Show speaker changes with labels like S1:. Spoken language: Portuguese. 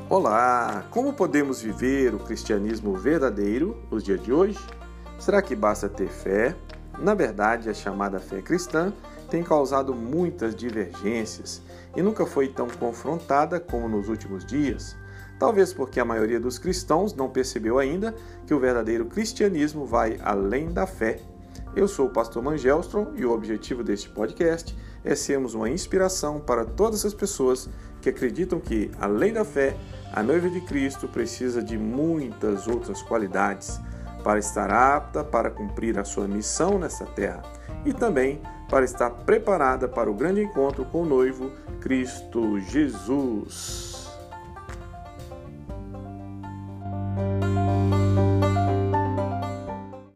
S1: Olá! Como podemos viver o cristianismo verdadeiro nos dias de hoje? Será que basta ter fé? Na verdade, a chamada fé cristã tem causado muitas divergências e nunca foi tão confrontada como nos últimos dias. Talvez porque a maioria dos cristãos não percebeu ainda que o verdadeiro cristianismo vai além da fé. Eu sou o pastor Mangelstrom e o objetivo deste podcast é sermos uma inspiração para todas as pessoas que acreditam que, além da fé, a noiva de Cristo precisa de muitas outras qualidades para estar apta para cumprir a sua missão nesta terra e também para estar preparada para o grande encontro com o noivo Cristo Jesus.